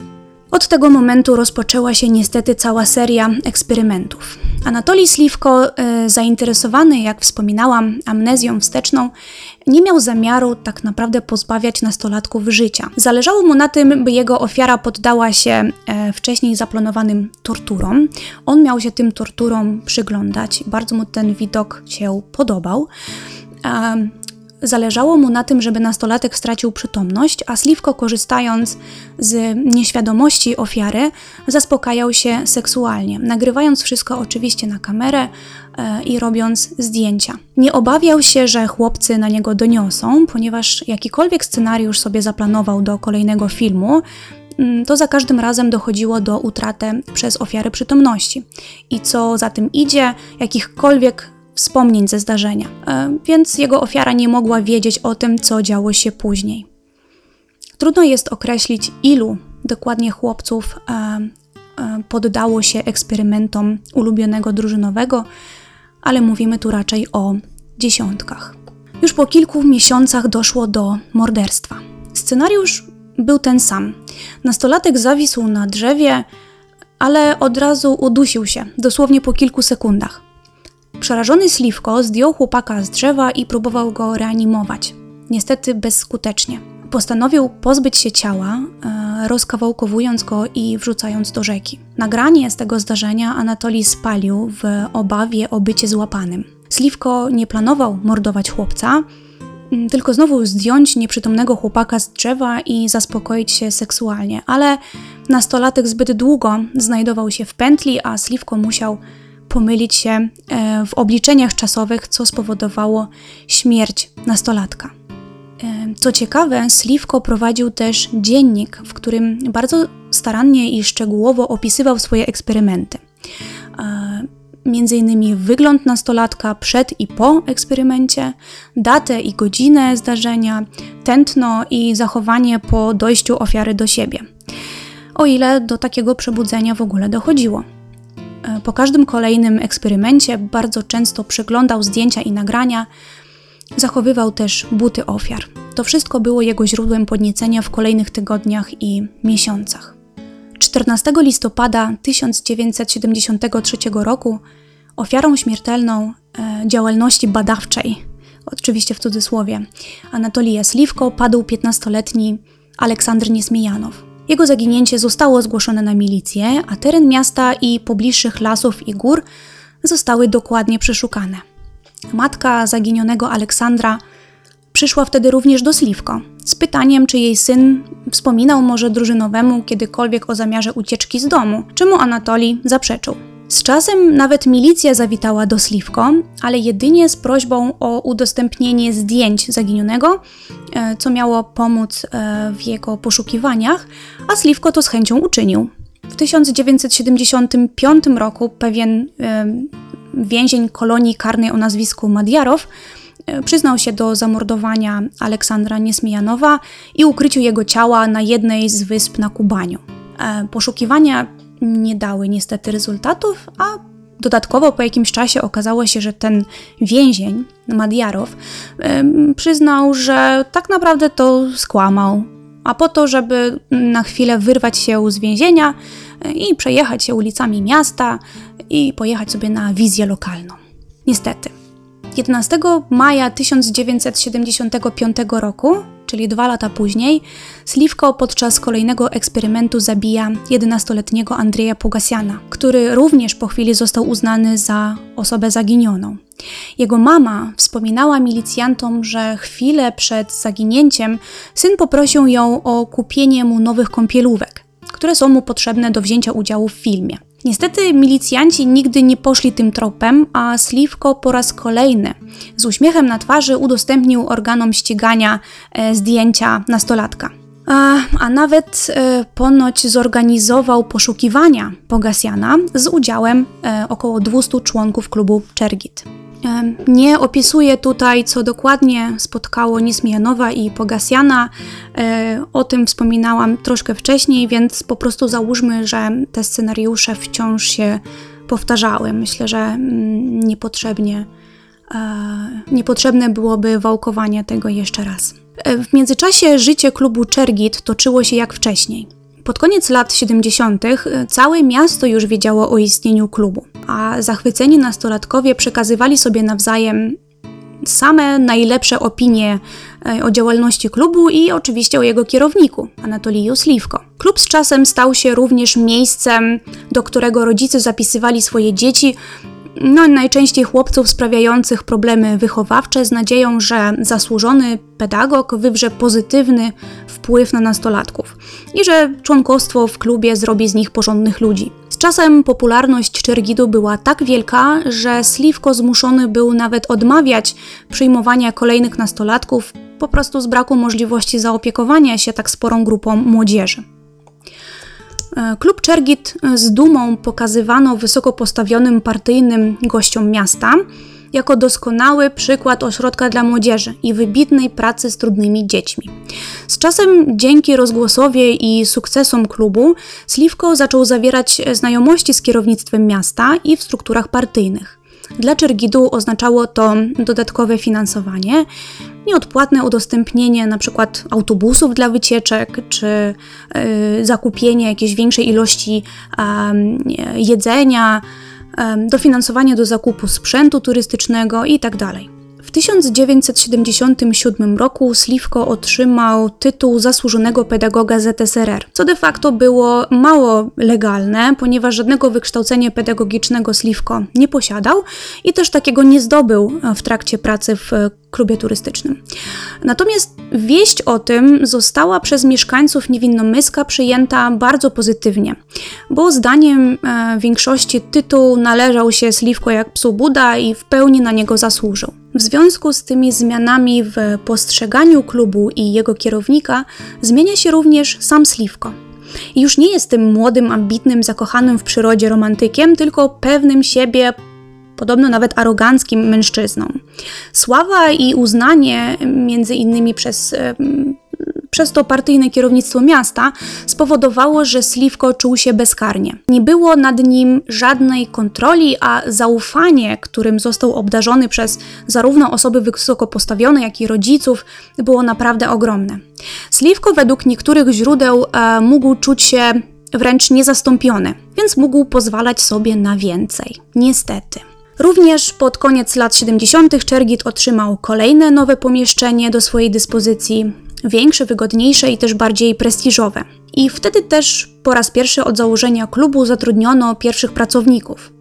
Od tego momentu rozpoczęła się niestety cała seria eksperymentów. Anatolij Śliwko, e, zainteresowany, jak wspominałam, amnezją wsteczną, nie miał zamiaru tak naprawdę pozbawiać nastolatków życia. Zależało mu na tym, by jego ofiara poddała się e, wcześniej zaplanowanym torturom. On miał się tym torturom przyglądać, bardzo mu ten widok się podobał. E, Zależało mu na tym, żeby nastolatek stracił przytomność, a Śliwko, korzystając z nieświadomości ofiary, zaspokajał się seksualnie, nagrywając wszystko oczywiście na kamerę e, i robiąc zdjęcia. Nie obawiał się, że chłopcy na niego doniosą, ponieważ jakikolwiek scenariusz sobie zaplanował do kolejnego filmu, to za każdym razem dochodziło do utraty przez ofiarę przytomności. I co za tym idzie, jakichkolwiek wspomnień ze zdarzenia, więc jego ofiara nie mogła wiedzieć o tym, co działo się później. Trudno jest określić, ilu dokładnie chłopców poddało się eksperymentom ulubionego drużynowego, ale mówimy tu raczej o dziesiątkach. Już po kilku miesiącach doszło do morderstwa. Scenariusz był ten sam. Nastolatek zawisł na drzewie, ale od razu udusił się, dosłownie po kilku sekundach. Przerażony Śliwko zdjął chłopaka z drzewa i próbował go reanimować. Niestety bezskutecznie. Postanowił pozbyć się ciała, e, rozkawałkowując go i wrzucając do rzeki. Nagranie z tego zdarzenia Anatolij spalił w obawie o bycie złapanym. Śliwko nie planował mordować chłopca, tylko znowu zdjąć nieprzytomnego chłopaka z drzewa i zaspokoić się seksualnie, ale nastolatek zbyt długo znajdował się w pętli, a Śliwko musiał pomylić się w obliczeniach czasowych, co spowodowało śmierć nastolatka. Co ciekawe, Śliwko prowadził też dziennik, w którym bardzo starannie i szczegółowo opisywał swoje eksperymenty. Między innymi wygląd nastolatka przed i po eksperymencie, datę i godzinę zdarzenia, tętno i zachowanie po dojściu ofiary do siebie. O ile do takiego przebudzenia w ogóle dochodziło. Po każdym kolejnym eksperymencie bardzo często przeglądał zdjęcia i nagrania, zachowywał też buty ofiar. To wszystko było jego źródłem podniecenia w kolejnych tygodniach i miesiącach. czternastego listopada tysiąc dziewięćset siedemdziesiątego trzeciego roku ofiarą śmiertelną e, działalności badawczej, oczywiście w cudzysłowie, Anatolija Śliwko padł piętnastoletni Aleksandr Niesmijanow. Jego zaginięcie zostało zgłoszone na milicję, a teren miasta i pobliższych lasów i gór zostały dokładnie przeszukane. Matka zaginionego Aleksandra przyszła wtedy również do Sliwko z pytaniem, czy jej syn wspominał może drużynowemu kiedykolwiek o zamiarze ucieczki z domu, czemu Anatolij zaprzeczył. Z czasem nawet milicja zawitała do Sliwko, ale jedynie z prośbą o udostępnienie zdjęć zaginionego, co miało pomóc w jego poszukiwaniach, a Sliwko to z chęcią uczynił. W tysiąc dziewięćset siedemdziesiątym piątym roku pewien więzień kolonii karnej o nazwisku Madjarow przyznał się do zamordowania Aleksandra Niesmejanowa i ukryciu jego ciała na jednej z wysp na Kubaniu. Poszukiwania nie dały niestety rezultatów, a dodatkowo po jakimś czasie okazało się, że ten więzień, Madjarow, przyznał, że tak naprawdę to skłamał, a po to, żeby na chwilę wyrwać się z więzienia i przejechać się ulicami miasta i pojechać sobie na wizję lokalną. Niestety. jedenastego maja tysiąc dziewięćset siedemdziesiątego piątego roku, czyli dwa lata później, Sliwko podczas kolejnego eksperymentu zabija jedenastoletniego Andrzeja Pogasjana, który również po chwili został uznany za osobę zaginioną. Jego mama wspominała milicjantom, że chwilę przed zaginięciem syn poprosił ją o kupienie mu nowych kąpielówek, które są mu potrzebne do wzięcia udziału w filmie. Niestety milicjanci nigdy nie poszli tym tropem, a Sliwko po raz kolejny z uśmiechem na twarzy udostępnił organom ścigania e, zdjęcia nastolatka. A, a nawet e, ponoć zorganizował poszukiwania Pogasjana z udziałem e, około dwustu członków klubu Czergit. E, nie opisuję tutaj, co dokładnie spotkało Niesmejanowa i Pogasjana. E, o tym wspominałam troszkę wcześniej, więc po prostu załóżmy, że te scenariusze wciąż się powtarzały. Myślę, że mm, niepotrzebnie, e, niepotrzebne byłoby wałkowanie tego jeszcze raz. E, w międzyczasie życie klubu Czergit toczyło się jak wcześniej. Pod koniec lat siedemdziesiątych całe miasto już wiedziało o istnieniu klubu, a zachwyceni nastolatkowie przekazywali sobie nawzajem same najlepsze opinie o działalności klubu i oczywiście o jego kierowniku, Anatoliju Sliwko. Klub z czasem stał się również miejscem, do którego rodzice zapisywali swoje dzieci, no najczęściej chłopców sprawiających problemy wychowawcze z nadzieją, że zasłużony pedagog wywrze pozytywny wpływ na nastolatków i że członkostwo w klubie zrobi z nich porządnych ludzi. Z czasem popularność Czergidu była tak wielka, że Sliwko zmuszony był nawet odmawiać przyjmowania kolejnych nastolatków po prostu z braku możliwości zaopiekowania się tak sporą grupą młodzieży. Klub Czergit z dumą pokazywano wysoko postawionym partyjnym gościom miasta jako doskonały przykład ośrodka dla młodzieży i wybitnej pracy z trudnymi dziećmi. Z czasem dzięki rozgłosowi i sukcesom klubu Sliwko zaczął zawierać znajomości z kierownictwem miasta i w strukturach partyjnych. Dla Czergidu oznaczało to dodatkowe finansowanie, nieodpłatne udostępnienie np. autobusów dla wycieczek, czy y, zakupienie jakiejś większej ilości y, jedzenia, y, dofinansowanie do zakupu sprzętu turystycznego itd. W tysiąc dziewięćset siedemdziesiątym siódmym roku Sliwko otrzymał tytuł zasłużonego pedagoga Z S R R, co de facto było mało legalne, ponieważ żadnego wykształcenia pedagogicznego Sliwko nie posiadał i też takiego nie zdobył w trakcie pracy w klubie turystycznym. Natomiast wieść o tym została przez mieszkańców Niewinnomyska przyjęta bardzo pozytywnie, bo zdaniem e, większości tytuł należał się Sliwko jak psu Buda i w pełni na niego zasłużył. W związku z tymi zmianami w postrzeganiu klubu i jego kierownika zmienia się również sam Sliwko. I już nie jest tym młodym, ambitnym, zakochanym w przyrodzie romantykiem, tylko pewnym siebie, podobno nawet aroganckim mężczyzną. Sława i uznanie, między innymi przez, przez to partyjne kierownictwo miasta, spowodowało, że Sliwko czuł się bezkarnie. Nie było nad nim żadnej kontroli, a zaufanie, którym został obdarzony przez zarówno osoby wysoko postawione, jak i rodziców, było naprawdę ogromne. Sliwko według niektórych źródeł e, mógł czuć się wręcz niezastąpiony, więc mógł pozwalać sobie na więcej. Niestety. Również pod koniec lat siedemdziesiątych Czergit otrzymał kolejne nowe pomieszczenie do swojej dyspozycji, większe, wygodniejsze i też bardziej prestiżowe. I wtedy też po raz pierwszy od założenia klubu zatrudniono pierwszych pracowników.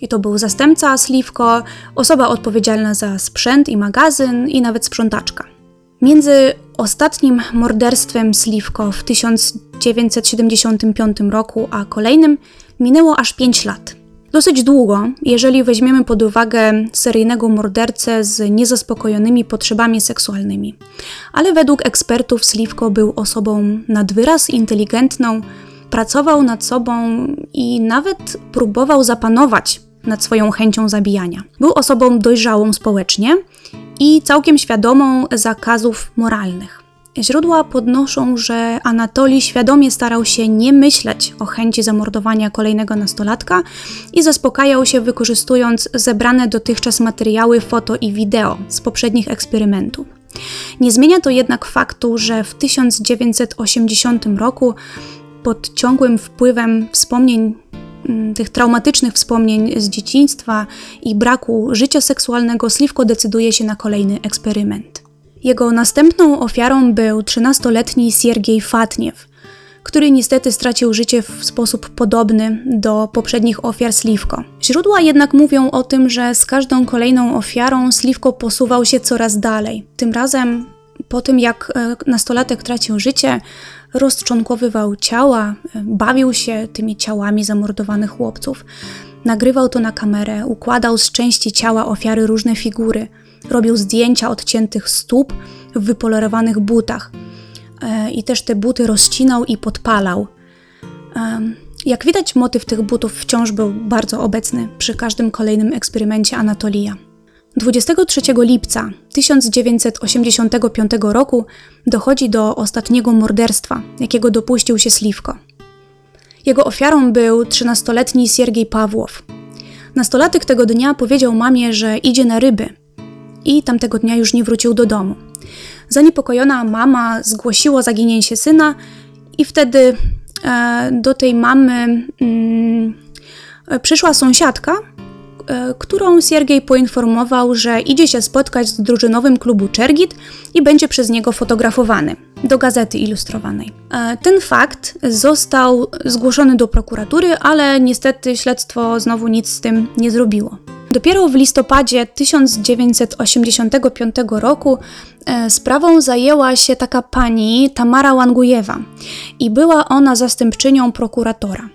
I to był zastępca Slivko, osoba odpowiedzialna za sprzęt i magazyn i nawet sprzątaczka. Między ostatnim morderstwem Slivko w tysiąc dziewięćset siedemdziesiątym piątym roku a kolejnym minęło aż pięć lat. Dosyć długo, jeżeli weźmiemy pod uwagę seryjnego mordercę z niezaspokojonymi potrzebami seksualnymi. Ale według ekspertów Slivko był osobą nad wyraz inteligentną, pracował nad sobą i nawet próbował zapanować nad swoją chęcią zabijania. Był osobą dojrzałą społecznie i całkiem świadomą zakazów moralnych. Źródła podnoszą, że Anatolij świadomie starał się nie myśleć o chęci zamordowania kolejnego nastolatka i zaspokajał się, wykorzystując zebrane dotychczas materiały foto i wideo z poprzednich eksperymentów. Nie zmienia to jednak faktu, że w tysiąc dziewięćset osiemdziesiątym roku pod ciągłym wpływem wspomnień, tych traumatycznych wspomnień z dzieciństwa i braku życia seksualnego, Slivko decyduje się na kolejny eksperyment. Jego następną ofiarą był trzynastoletni Siergiej Fatniew, który niestety stracił życie w sposób podobny do poprzednich ofiar Slivko. Źródła jednak mówią o tym, że z każdą kolejną ofiarą Slivko posuwał się coraz dalej. Tym razem, po tym jak nastolatek tracił życie, rozczłonkowywał ciała, bawił się tymi ciałami zamordowanych chłopców. Nagrywał to na kamerę, układał z części ciała ofiary różne figury. Robił zdjęcia odciętych stóp w wypolerowanych butach e, i też te buty rozcinał i podpalał. E, jak widać, motyw tych butów wciąż był bardzo obecny przy każdym kolejnym eksperymencie Anatolija. dwudziestego trzeciego lipca tysiąc dziewięćset osiemdziesiątego piątego roku dochodzi do ostatniego morderstwa, jakiego dopuścił się Slivko. Jego ofiarą był trzynastoletni Siergiej Pawłow. Nastolatek tego dnia powiedział mamie, że idzie na ryby i tamtego dnia już nie wrócił do domu. Zaniepokojona mama zgłosiła zaginięcie syna i wtedy e, do tej mamy mm, przyszła sąsiadka, e, którą Siergiej poinformował, że idzie się spotkać z drużynowym klubu Czergit i będzie przez niego fotografowany do Gazety Ilustrowanej. E, ten fakt został zgłoszony do prokuratury, ale niestety śledztwo znowu nic z tym nie zrobiło. Dopiero w listopadzie tysiąc dziewięćset osiemdziesiątego piątego roku e, sprawą zajęła się taka pani Tamara Łangujewa i była ona zastępczynią prokuratora.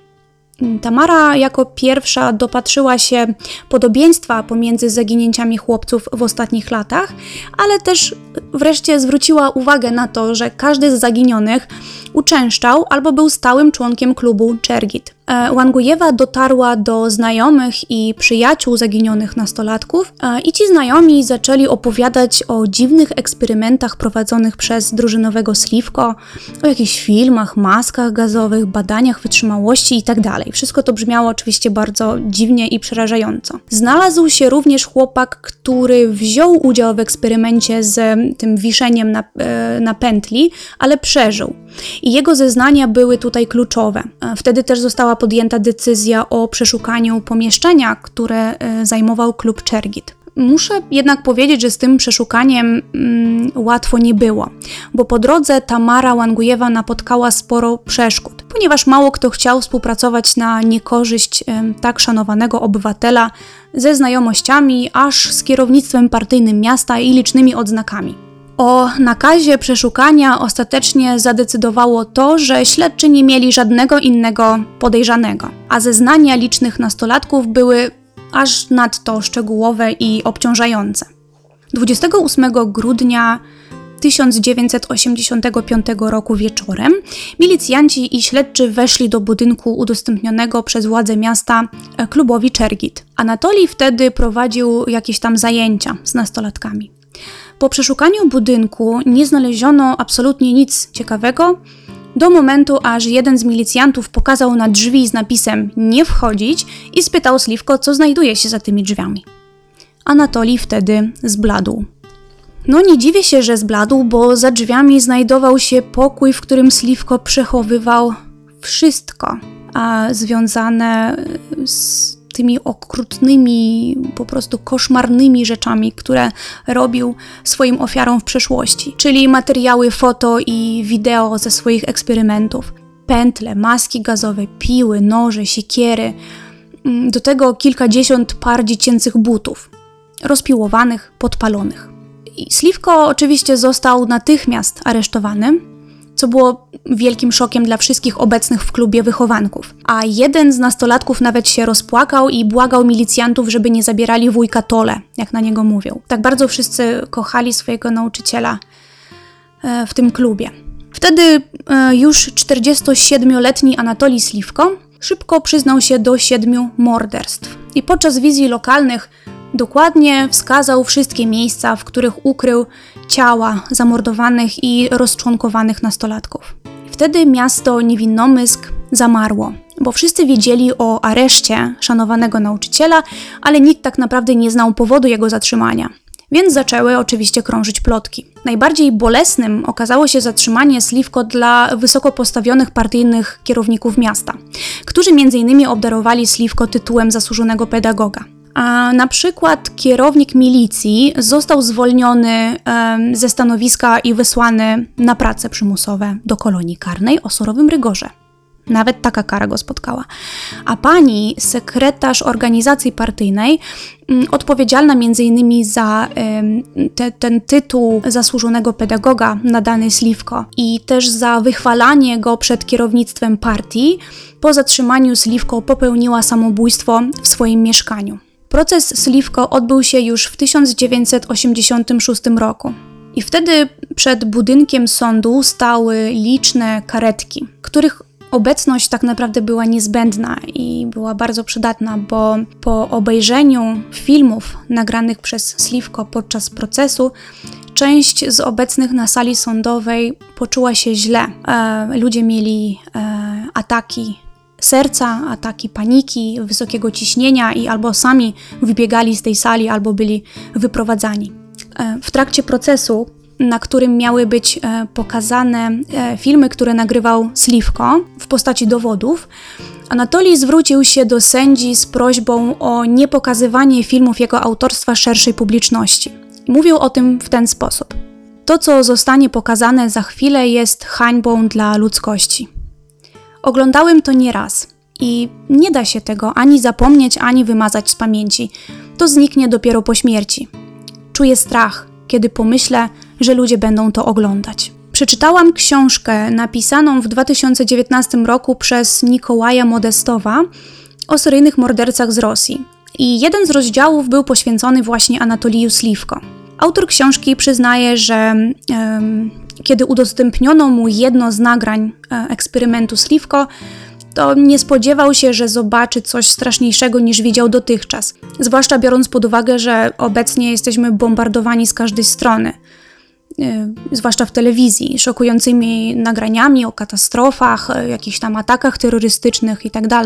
Tamara jako pierwsza dopatrzyła się podobieństwa pomiędzy zaginięciami chłopców w ostatnich latach, ale też wreszcie zwróciła uwagę na to, że każdy z zaginionych uczęszczał albo był stałym członkiem klubu Czergit. Łangujewa dotarła do znajomych i przyjaciół zaginionych nastolatków i ci znajomi zaczęli opowiadać o dziwnych eksperymentach prowadzonych przez drużynowego Slivko, o jakichś filmach, maskach gazowych, badaniach wytrzymałości itd. Wszystko to brzmiało oczywiście bardzo dziwnie i przerażająco. Znalazł się również chłopak, który wziął udział w eksperymencie z tym wiszeniem na, na pętli, ale przeżył. I jego zeznania były tutaj kluczowe. Wtedy też została podjęta decyzja o przeszukaniu pomieszczenia, które zajmował klub Czergit. Muszę jednak powiedzieć, że z tym przeszukaniem mm, łatwo nie było, bo po drodze Tamara Łangujewa napotkała sporo przeszkód, ponieważ mało kto chciał współpracować na niekorzyść e, tak szanowanego obywatela ze znajomościami, aż z kierownictwem partyjnym miasta i licznymi odznakami. O nakazie przeszukania ostatecznie zadecydowało to, że śledczy nie mieli żadnego innego podejrzanego, a zeznania licznych nastolatków były aż nadto szczegółowe i obciążające. dwudziestego ósmego grudnia tysiąc dziewięćset osiemdziesiątego piątego roku wieczorem milicjanci i śledczy weszli do budynku udostępnionego przez władze miasta klubowi Czergit. Anatolij wtedy prowadził jakieś tam zajęcia z nastolatkami. Po przeszukaniu budynku nie znaleziono absolutnie nic ciekawego, do momentu, aż jeden z milicjantów pokazał na drzwi z napisem „Nie wchodzić” i spytał Slivko, co znajduje się za tymi drzwiami. Anatolij wtedy zbladł. No nie dziwię się, że zbladł, bo za drzwiami znajdował się pokój, w którym Slivko przechowywał wszystko a związane z tymi okrutnymi, po prostu koszmarnymi rzeczami, które robił swoim ofiarom w przeszłości, czyli materiały foto i wideo ze swoich eksperymentów. Pętle, maski gazowe, piły, noże, siekiery, Do tego kilkadziesiąt par dziecięcych butów, rozpiłowanych, podpalonych. I Śliwko oczywiście został natychmiast aresztowany, co było wielkim szokiem dla wszystkich obecnych w klubie wychowanków. A jeden z nastolatków nawet się rozpłakał i błagał milicjantów, żeby nie zabierali wujka Tole, jak na niego mówią. Tak bardzo wszyscy kochali swojego nauczyciela e, w tym klubie. Wtedy e, już czterdziestosiedmioletni Anatolij Śliwko szybko przyznał się do siedmiu morderstw i podczas wizji lokalnych dokładnie wskazał wszystkie miejsca, w których ukrył ciała zamordowanych i rozczłonkowanych nastolatków. Wtedy miasto Niewinnomysk zamarło, bo wszyscy wiedzieli o areszcie szanowanego nauczyciela, ale nikt tak naprawdę nie znał powodu jego zatrzymania. Więc zaczęły oczywiście krążyć plotki. Najbardziej bolesnym okazało się zatrzymanie Śliwko dla wysoko postawionych partyjnych kierowników miasta, którzy między innymi obdarowali Śliwko tytułem zasłużonego pedagoga. A na przykład kierownik milicji został zwolniony e, ze stanowiska i wysłany na prace przymusowe do kolonii karnej o surowym rygorze. Nawet taka kara go spotkała. A pani, sekretarz organizacji partyjnej, m, odpowiedzialna między innymi za y, te, ten tytuł zasłużonego pedagoga nadany Śliwko i też za wychwalanie go przed kierownictwem partii, po zatrzymaniu Śliwko popełniła samobójstwo w swoim mieszkaniu. Proces Śliwko odbył się już w tysiąc dziewięćset osiemdziesiątym szóstym roku. I wtedy przed budynkiem sądu stały liczne karetki, których obecność tak naprawdę była niezbędna i była bardzo przydatna, bo po obejrzeniu filmów nagranych przez Śliwko podczas procesu część z obecnych na sali sądowej poczuła się źle. E, ludzie mieli e, ataki serca, ataki paniki, wysokiego ciśnienia i albo sami wybiegali z tej sali, albo byli wyprowadzani. E, w trakcie procesu, na którym miały być e, pokazane e, filmy, które nagrywał Śliwko w postaci dowodów, Anatolij zwrócił się do sędzi z prośbą o niepokazywanie filmów jego autorstwa szerszej publiczności. Mówił o tym w ten sposób. To, co zostanie pokazane za chwilę, jest hańbą dla ludzkości. Oglądałem to nieraz i nie da się tego ani zapomnieć, ani wymazać z pamięci. To zniknie dopiero po śmierci. Czuję strach, kiedy pomyślę, że ludzie będą to oglądać. Przeczytałam książkę napisaną w dwa tysiące dziewiętnastym roku przez Nikołaja Modestowa o seryjnych mordercach z Rosji. I jeden z rozdziałów był poświęcony właśnie Anatoliju Śliwko. Autor książki przyznaje, że um, kiedy udostępniono mu jedno z nagrań e, eksperymentu Śliwko, to nie spodziewał się, że zobaczy coś straszniejszego niż widział dotychczas. Zwłaszcza biorąc pod uwagę, że obecnie jesteśmy bombardowani z każdej strony. Yy, zwłaszcza w telewizji, szokującymi nagraniami o katastrofach, yy, jakichś tam atakach terrorystycznych itd.,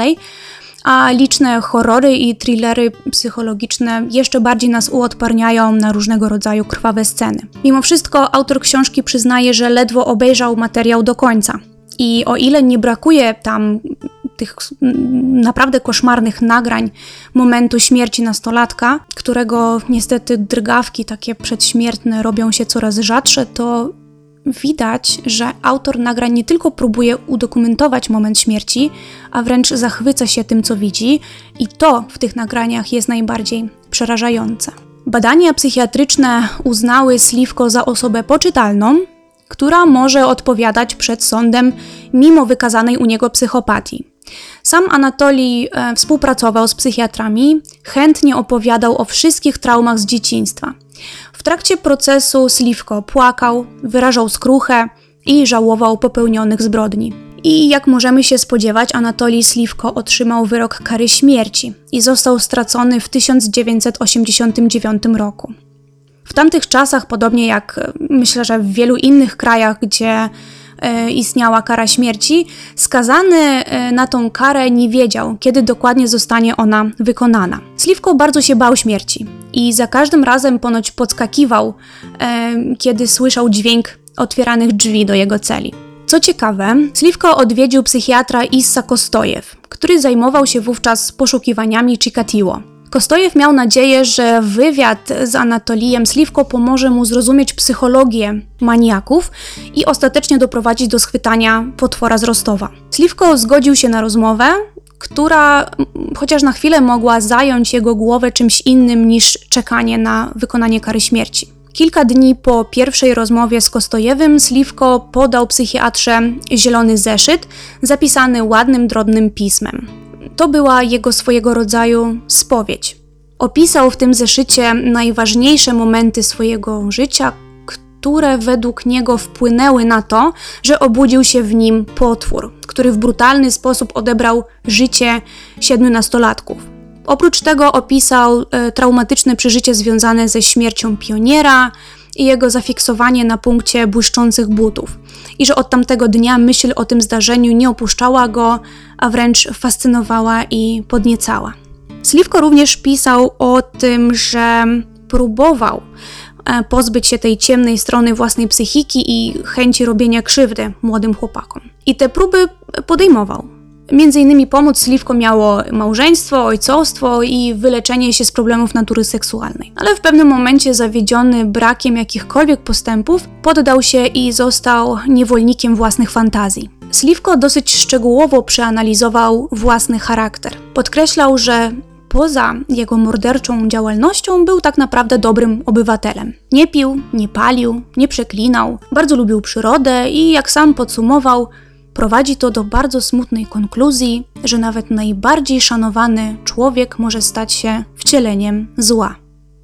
a liczne horrory i thrillery psychologiczne jeszcze bardziej nas uodparniają na różnego rodzaju krwawe sceny. Mimo wszystko autor książki przyznaje, że ledwo obejrzał materiał do końca. I o ile nie brakuje tam tych naprawdę koszmarnych nagrań momentu śmierci nastolatka, którego niestety drgawki takie przedśmiertne robią się coraz rzadsze, to widać, że autor nagrań nie tylko próbuje udokumentować moment śmierci, a wręcz zachwyca się tym, co widzi, i to w tych nagraniach jest najbardziej przerażające. Badania psychiatryczne uznały Śliwko za osobę poczytalną, która może odpowiadać przed sądem mimo wykazanej u niego psychopatii. Sam Anatolij e, współpracował z psychiatrami, chętnie opowiadał o wszystkich traumach z dzieciństwa. W trakcie procesu Śliwko płakał, wyrażał skruchę i żałował popełnionych zbrodni. I jak możemy się spodziewać, Anatolij Śliwko otrzymał wyrok kary śmierci i został stracony w tysiąc dziewięćset osiemdziesiątym dziewiątym roku. W tamtych czasach, podobnie jak myślę, że w wielu innych krajach, gdzie e, istniała kara śmierci, skazany e, na tą karę nie wiedział, kiedy dokładnie zostanie ona wykonana. Śliwko bardzo się bał śmierci i za każdym razem ponoć podskakiwał, e, kiedy słyszał dźwięk otwieranych drzwi do jego celi. Co ciekawe, Śliwko odwiedził psychiatra Issa Kostojew, który zajmował się wówczas poszukiwaniami Chikatilo. Kostojew miał nadzieję, że wywiad z Anatolijem Śliwko pomoże mu zrozumieć psychologię maniaków i ostatecznie doprowadzić do schwytania potwora z Rostowa. Śliwko zgodził się na rozmowę, która chociaż na chwilę mogła zająć jego głowę czymś innym niż czekanie na wykonanie kary śmierci. Kilka dni po pierwszej rozmowie z Kostojewym Sliwko podał psychiatrze zielony zeszyt zapisany ładnym, drobnym pismem. To była jego swojego rodzaju spowiedź. Opisał w tym zeszycie najważniejsze momenty swojego życia, które według niego wpłynęły na to, że obudził się w nim potwór, który w brutalny sposób odebrał życie siedmiu nastolatków. Oprócz tego opisał e, traumatyczne przeżycie związane ze śmiercią pioniera i jego zafiksowanie na punkcie błyszczących butów. I że od tamtego dnia myśl o tym zdarzeniu nie opuszczała go, a wręcz fascynowała i podniecała. Sliwko również pisał o tym, że próbował e, pozbyć się tej ciemnej strony własnej psychiki i chęci robienia krzywdy młodym chłopakom. I te próby podejmował. Między innymi pomóc Sliwko miało małżeństwo, ojcostwo i wyleczenie się z problemów natury seksualnej. Ale w pewnym momencie, zawiedziony brakiem jakichkolwiek postępów, poddał się i został niewolnikiem własnych fantazji. Sliwko dosyć szczegółowo przeanalizował własny charakter. Podkreślał, że poza jego morderczą działalnością był tak naprawdę dobrym obywatelem. Nie pił, nie palił, nie przeklinał, bardzo lubił przyrodę i jak sam podsumował, prowadzi to do bardzo smutnej konkluzji, że nawet najbardziej szanowany człowiek może stać się wcieleniem zła.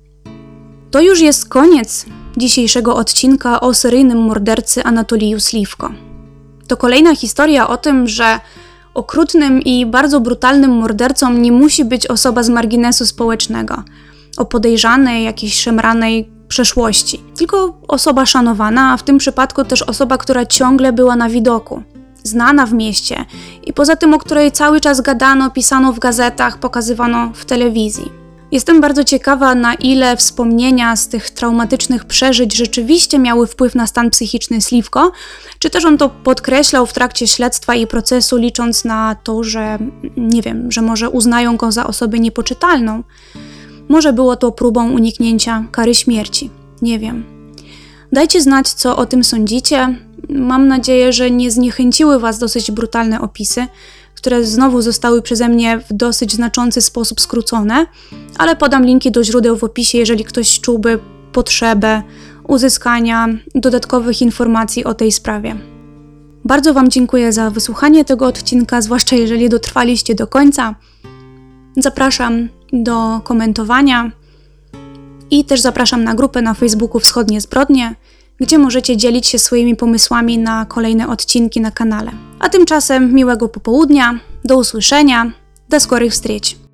To już jest koniec dzisiejszego odcinka o seryjnym mordercy Anatoliju Sliwko. To kolejna historia o tym, że okrutnym i bardzo brutalnym mordercą nie musi być osoba z marginesu społecznego, o podejrzanej, jakiejś szemranej przeszłości, tylko osoba szanowana, a w tym przypadku też osoba, która ciągle była na widoku, znana w mieście i poza tym, o której cały czas gadano, pisano w gazetach, pokazywano w telewizji. Jestem bardzo ciekawa, na ile wspomnienia z tych traumatycznych przeżyć rzeczywiście miały wpływ na stan psychiczny Sliwko, czy też on to podkreślał w trakcie śledztwa i procesu, licząc na to, że nie wiem, że może uznają go za osobę niepoczytalną. Może było to próbą uniknięcia kary śmierci. Nie wiem. Dajcie znać, co o tym sądzicie. Mam nadzieję, że nie zniechęciły Was dosyć brutalne opisy, które znowu zostały przeze mnie w dosyć znaczący sposób skrócone, ale podam linki do źródeł w opisie, jeżeli ktoś czułby potrzebę uzyskania dodatkowych informacji o tej sprawie. Bardzo Wam dziękuję za wysłuchanie tego odcinka, zwłaszcza jeżeli dotrwaliście do końca. Zapraszam do komentowania i też zapraszam na grupę na Facebooku Wschodnie Zbrodnie, gdzie możecie dzielić się swoimi pomysłami na kolejne odcinki na kanale. A tymczasem miłego popołudnia, do usłyszenia, do skorych wstреч!